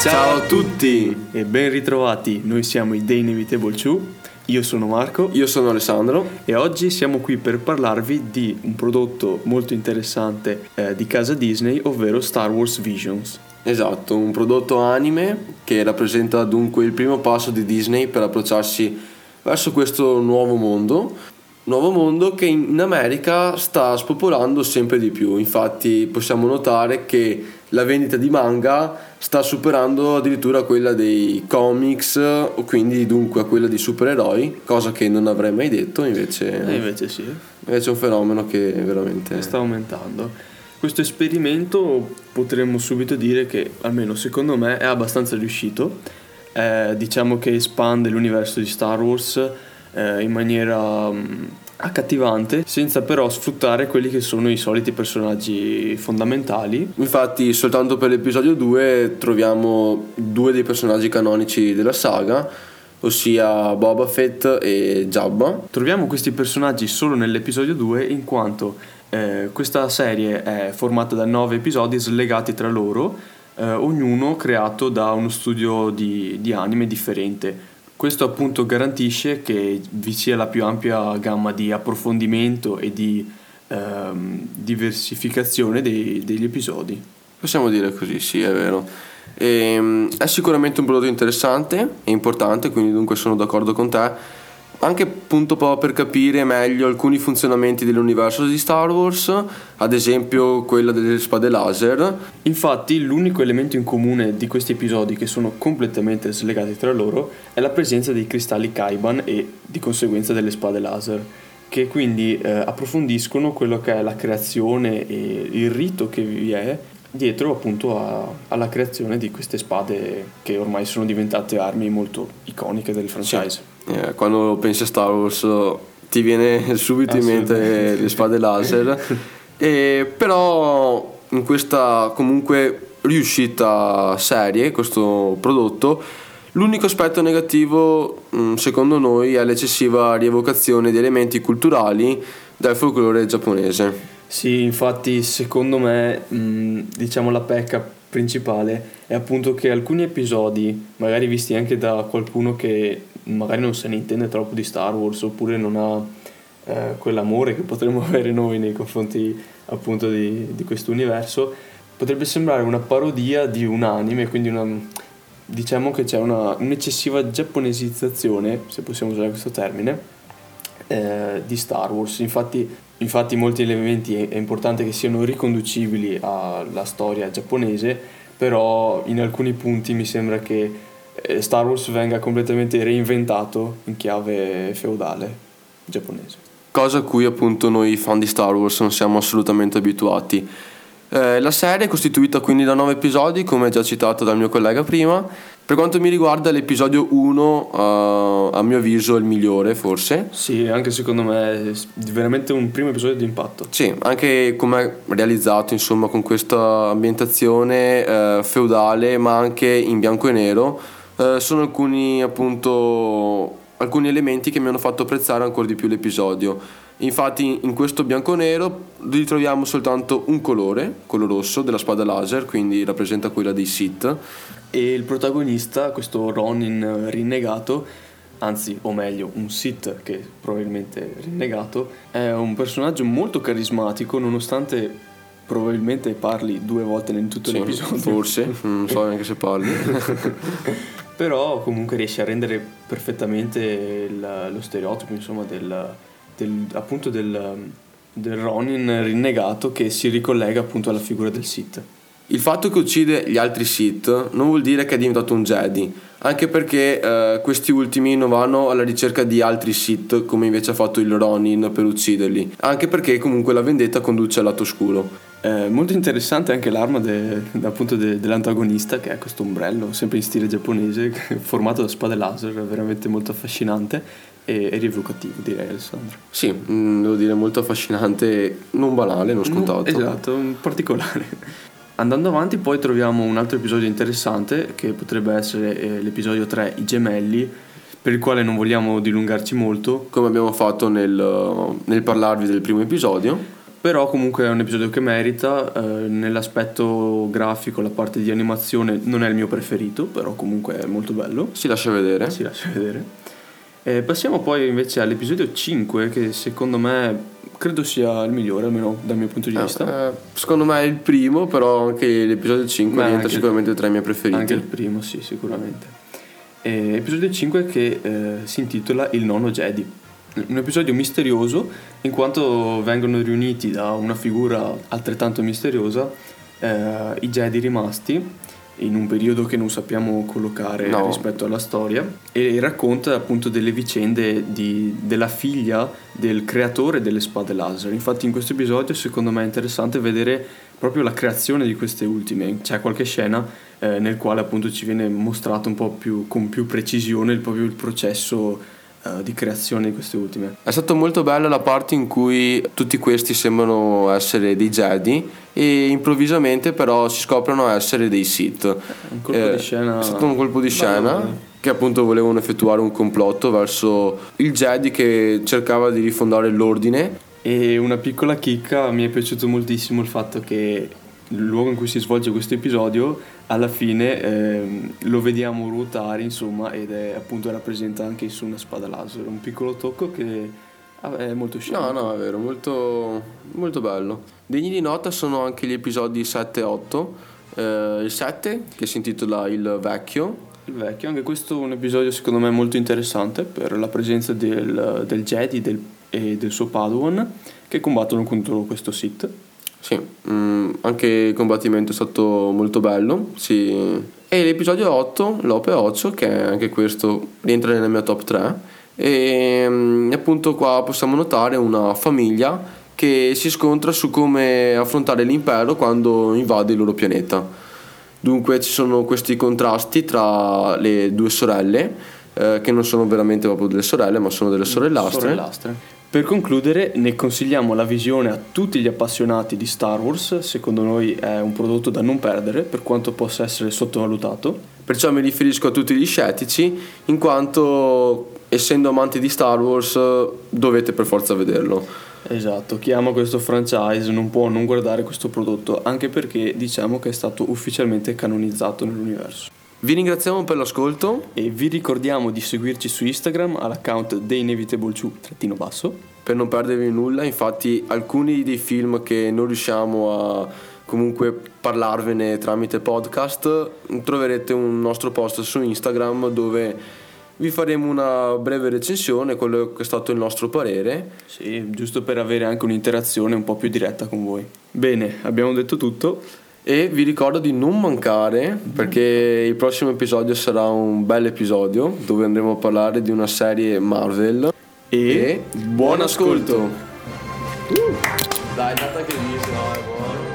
Ciao a tutti e ben ritrovati, noi siamo i The Inevitable 2, io sono Marco. Io sono Alessandro e oggi siamo qui per parlarvi di un prodotto molto interessante di casa Disney, ovvero Star Wars Visions. Esatto, un prodotto anime che rappresenta dunque il primo passo di Disney per approcciarsi verso questo nuovo mondo che in America sta spopolando sempre di più. Infatti possiamo notare che la vendita di manga sta superando addirittura quella dei comics, o quindi dunque quella di supereroi, cosa che non avrei mai detto, Invece sì. Invece è un fenomeno che veramente sta aumentando. Questo esperimento potremmo subito dire che, almeno secondo me, è abbastanza riuscito. Diciamo che espande l'universo di Star Wars in maniera accattivante, senza però sfruttare quelli che sono i soliti personaggi fondamentali. Infatti soltanto per l'episodio 2 troviamo due dei personaggi canonici della saga, ossia Boba Fett e Jabba. Troviamo questi personaggi solo nell'episodio 2 in quanto questa serie è formata da 9 episodi slegati tra loro, ognuno creato da uno studio di anime differente. Questo appunto garantisce che vi sia la più ampia gamma di approfondimento e di diversificazione degli episodi. Possiamo dire così, sì, è vero. È sicuramente un prodotto interessante e importante, quindi dunque sono d'accordo con te. Anche appunto proprio per capire meglio alcuni funzionamenti dell'universo di Star Wars, ad esempio quella delle spade laser. Infatti l'unico elemento in comune di questi episodi, che sono completamente slegati tra loro, è la presenza dei cristalli Kyban e di conseguenza delle spade laser, che quindi approfondiscono quello che è la creazione e il rito che vi è dietro appunto alla creazione di queste spade, che ormai sono diventate armi molto iconiche del franchise. Sì. Quando pensi a Star Wars ti viene subito in mente le spade laser. Però in questa comunque riuscita serie, questo prodotto, l'unico aspetto negativo secondo noi è l'eccessiva rievocazione di elementi culturali del folklore giapponese. Sì, infatti secondo me diciamo la pecca principale è appunto che alcuni episodi, magari visti anche da qualcuno che magari non se ne intende troppo di Star Wars, oppure non ha quell'amore che potremmo avere noi nei confronti appunto di questo universo, potrebbe sembrare una parodia di un anime, quindi diciamo che c'è un'eccessiva giapponesizzazione, se possiamo usare questo termine, di Star Wars. Infatti molti elementi è importante che siano riconducibili alla storia giapponese, però in alcuni punti mi sembra che Star Wars venga completamente reinventato in chiave feudale giapponese. Cosa a cui appunto noi fan di Star Wars non siamo assolutamente abituati. La serie è costituita quindi da 9 episodi, come già citato dal mio collega prima. Per quanto mi riguarda l'episodio 1 a mio avviso è il migliore, forse. Sì, anche secondo me è veramente un primo episodio di impatto. Sì, anche come è realizzato, insomma, con questa ambientazione feudale, ma anche in bianco e nero. Sono alcuni elementi che mi hanno fatto apprezzare ancora di più l'episodio. Infatti in questo bianco-nero ritroviamo soltanto un colore, quello rosso della spada laser, quindi rappresenta quella dei Sith. E il protagonista, questo Ronin rinnegato, anzi o meglio un Sith che probabilmente è rinnegato, è un personaggio molto carismatico, nonostante probabilmente parli 2 volte in tutto l'episodio. Forse, non so neanche se parli. Però comunque riesce a rendere perfettamente lo stereotipo, insomma, appunto del Ronin rinnegato, che si ricollega appunto alla figura del Sith. Il fatto che uccide gli altri Sith non vuol dire che è diventato un Jedi, anche perché questi ultimi non vanno alla ricerca di altri Sith come invece ha fatto il Ronin per ucciderli, anche perché comunque la vendetta conduce al lato oscuro. Molto interessante anche l'arma dell'antagonista, che è questo ombrello sempre in stile giapponese formato da spade laser, veramente molto affascinante e rievocativo, direi, Alessandro. Sì, devo dire molto affascinante, non banale, non scontato. Esatto, particolare. Andando avanti poi troviamo un altro episodio interessante, che potrebbe essere l'episodio 3, i gemelli, per il quale non vogliamo dilungarci molto, come abbiamo fatto nel parlarvi del primo episodio. Però comunque è un episodio che merita, nell'aspetto grafico, la parte di animazione non è il mio preferito, però comunque è molto bello. Si lascia vedere. Si lascia vedere. Passiamo poi invece all'episodio 5, che secondo me credo sia il migliore, almeno dal mio punto di vista. Secondo me è il primo, però anche l'episodio 5 rientra sicuramente tra i miei preferiti. Anche il primo, sì, sicuramente. Episodio 5 che si intitola Il nono Jedi. Un episodio misterioso in quanto vengono riuniti da una figura altrettanto misteriosa i Jedi rimasti in un periodo che non sappiamo collocare rispetto alla storia, e racconta appunto delle vicende della figlia del creatore delle spade laser. Infatti in questo episodio secondo me è interessante vedere proprio la creazione di queste ultime. C'è qualche scena nel quale appunto ci viene mostrato un po' più con più precisione proprio il processo di creazione di queste ultime. È stato molto bello la parte in cui tutti questi sembrano essere dei Jedi e improvvisamente però si scoprono essere dei Sith. Un colpo di scena. È stato un colpo di scena che appunto volevano effettuare un complotto verso il Jedi che cercava di rifondare l'ordine. E una piccola chicca, mi è piaciuto moltissimo il fatto che il luogo in cui si svolge questo episodio alla fine lo vediamo ruotare, insomma, ed è appunto rappresenta anche su una spada laser, un piccolo tocco che è molto scenico. No, è vero, molto, molto bello. Degni di nota sono anche gli episodi 7 e 8. Il 7 che si intitola Il Vecchio. Il Vecchio, anche questo è un episodio secondo me molto interessante per la presenza del Jedi e del suo Padawan che combattono contro questo Sith. Sì, anche il combattimento è stato molto bello, sì. E l'episodio 8, Lope 8, che anche questo rientra nella mia top 3. E appunto qua possiamo notare una famiglia che si scontra su come affrontare l'impero quando invade il loro pianeta. Dunque ci sono questi contrasti tra le due sorelle, che non sono veramente proprio delle sorelle, ma sono delle sorellastre. Per concludere, ne consigliamo la visione a tutti gli appassionati di Star Wars. Secondo noi è un prodotto da non perdere, per quanto possa essere sottovalutato. Perciò mi riferisco a tutti gli scettici, in quanto essendo amanti di Star Wars dovete per forza vederlo. Esatto, chi ama questo franchise non può non guardare questo prodotto, anche perché diciamo che è stato ufficialmente canonizzato nell'universo. Vi ringraziamo per l'ascolto e vi ricordiamo di seguirci su Instagram all'account TheInevitable_, per non perdervi nulla. Infatti alcuni dei film che non riusciamo a comunque parlarvene tramite podcast, troverete un nostro post su Instagram dove vi faremo una breve recensione, quello che è stato il nostro parere. Sì, giusto per avere anche un'interazione un po' più diretta con voi. Bene, abbiamo detto tutto. E vi ricordo di non mancare, perché il prossimo episodio sarà un bel episodio dove andremo a parlare di una serie Marvel. E buon ascolto. Dai, data che dici, no, è buono.